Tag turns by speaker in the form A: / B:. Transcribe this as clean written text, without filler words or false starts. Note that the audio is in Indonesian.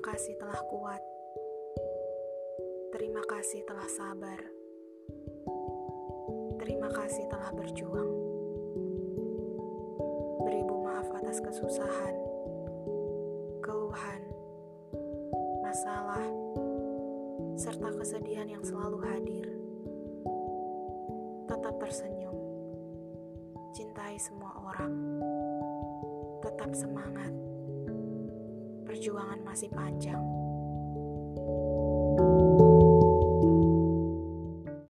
A: kasih telah kuat. Terima kasih telah sabar. Terima kasih telah berjuang. Beribu maaf atas kesusahan, keluhan, masalah, serta kesedihan yang selalu hadir. Tetap tersenyum. Cintai semua orang. Tetap semangat. Perjuangan masih panjang.